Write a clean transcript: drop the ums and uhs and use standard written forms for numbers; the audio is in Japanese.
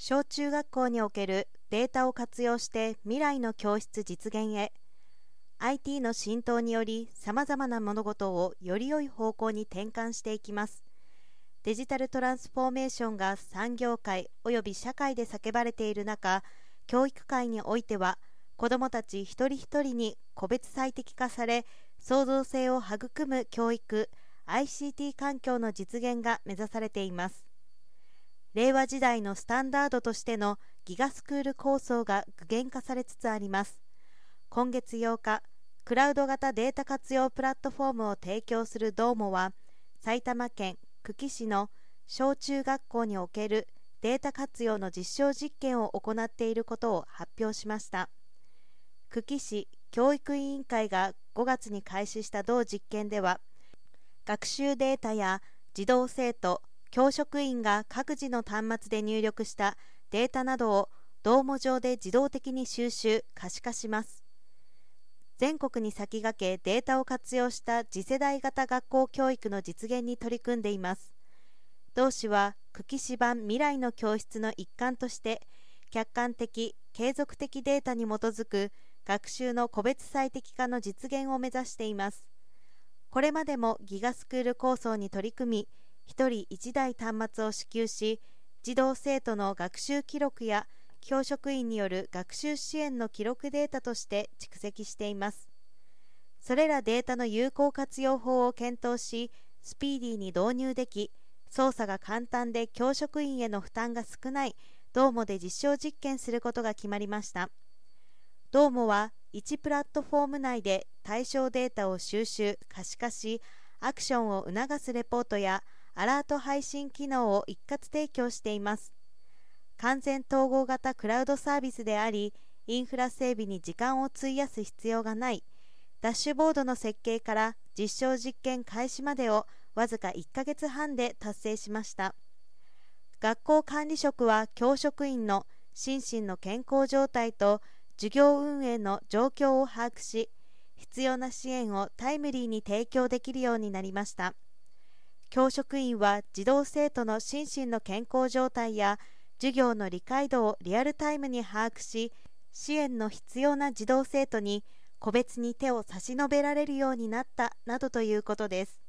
小中学校におけるデータを活用して未来の教室実現へ。 IT の浸透によりさまざまな物事をより良い方向に転換していきます。デジタルトランスフォーメーションが産業界および社会で叫ばれている中、教育界においては子どもたち一人一人に個別最適化され創造性を育む教育 ICT 環境の実現が目指されています。令和時代のスタンダードとしてのギガスクール構想が具現化されつつあります。今月8日、クラウド型データ活用プラットフォームを提供するドーモは、埼玉県久喜市の小中学校におけるデータ活用の実証実験を行っていることを発表しました。久喜市教育委員会が5月に開始した同実験では、学習データや児童生徒、教職員が各自の端末で入力したデータなどをドーモ上で自動的に収集・可視化します。全国に先駆けデータを活用した次世代型学校教育の実現に取り組んでいます。同市は久喜市版未来の教室の一環として客観的・継続的データに基づく学習の個別最適化の実現を目指しています。これまでもギガスクール構想に取り組み、1人1台端末を支給し、児童生徒の学習記録や教職員による学習支援の記録データとして蓄積しています。それらデータの有効活用法を検討し、スピーディーに導入でき、操作が簡単で教職員への負担が少ないドーモで実証実験することが決まりました。ドーモは1プラットフォーム内で対象データを収集・可視化し、アクションを促すレポートやアラート配信機能を一括提供しています。完全統合型クラウドサービスであり、インフラ整備に時間を費やす必要がない、ダッシュボードの設計から実証実験開始までをわずか1ヶ月半で達成しました。学校管理職は教職員の心身の健康状態と授業運営の状況を把握し、必要な支援をタイムリーに提供できるようになりました。教職員は児童生徒の心身の健康状態や授業の理解度をリアルタイムに把握し、支援の必要な児童生徒に個別に手を差し伸べられるようになったなどということです。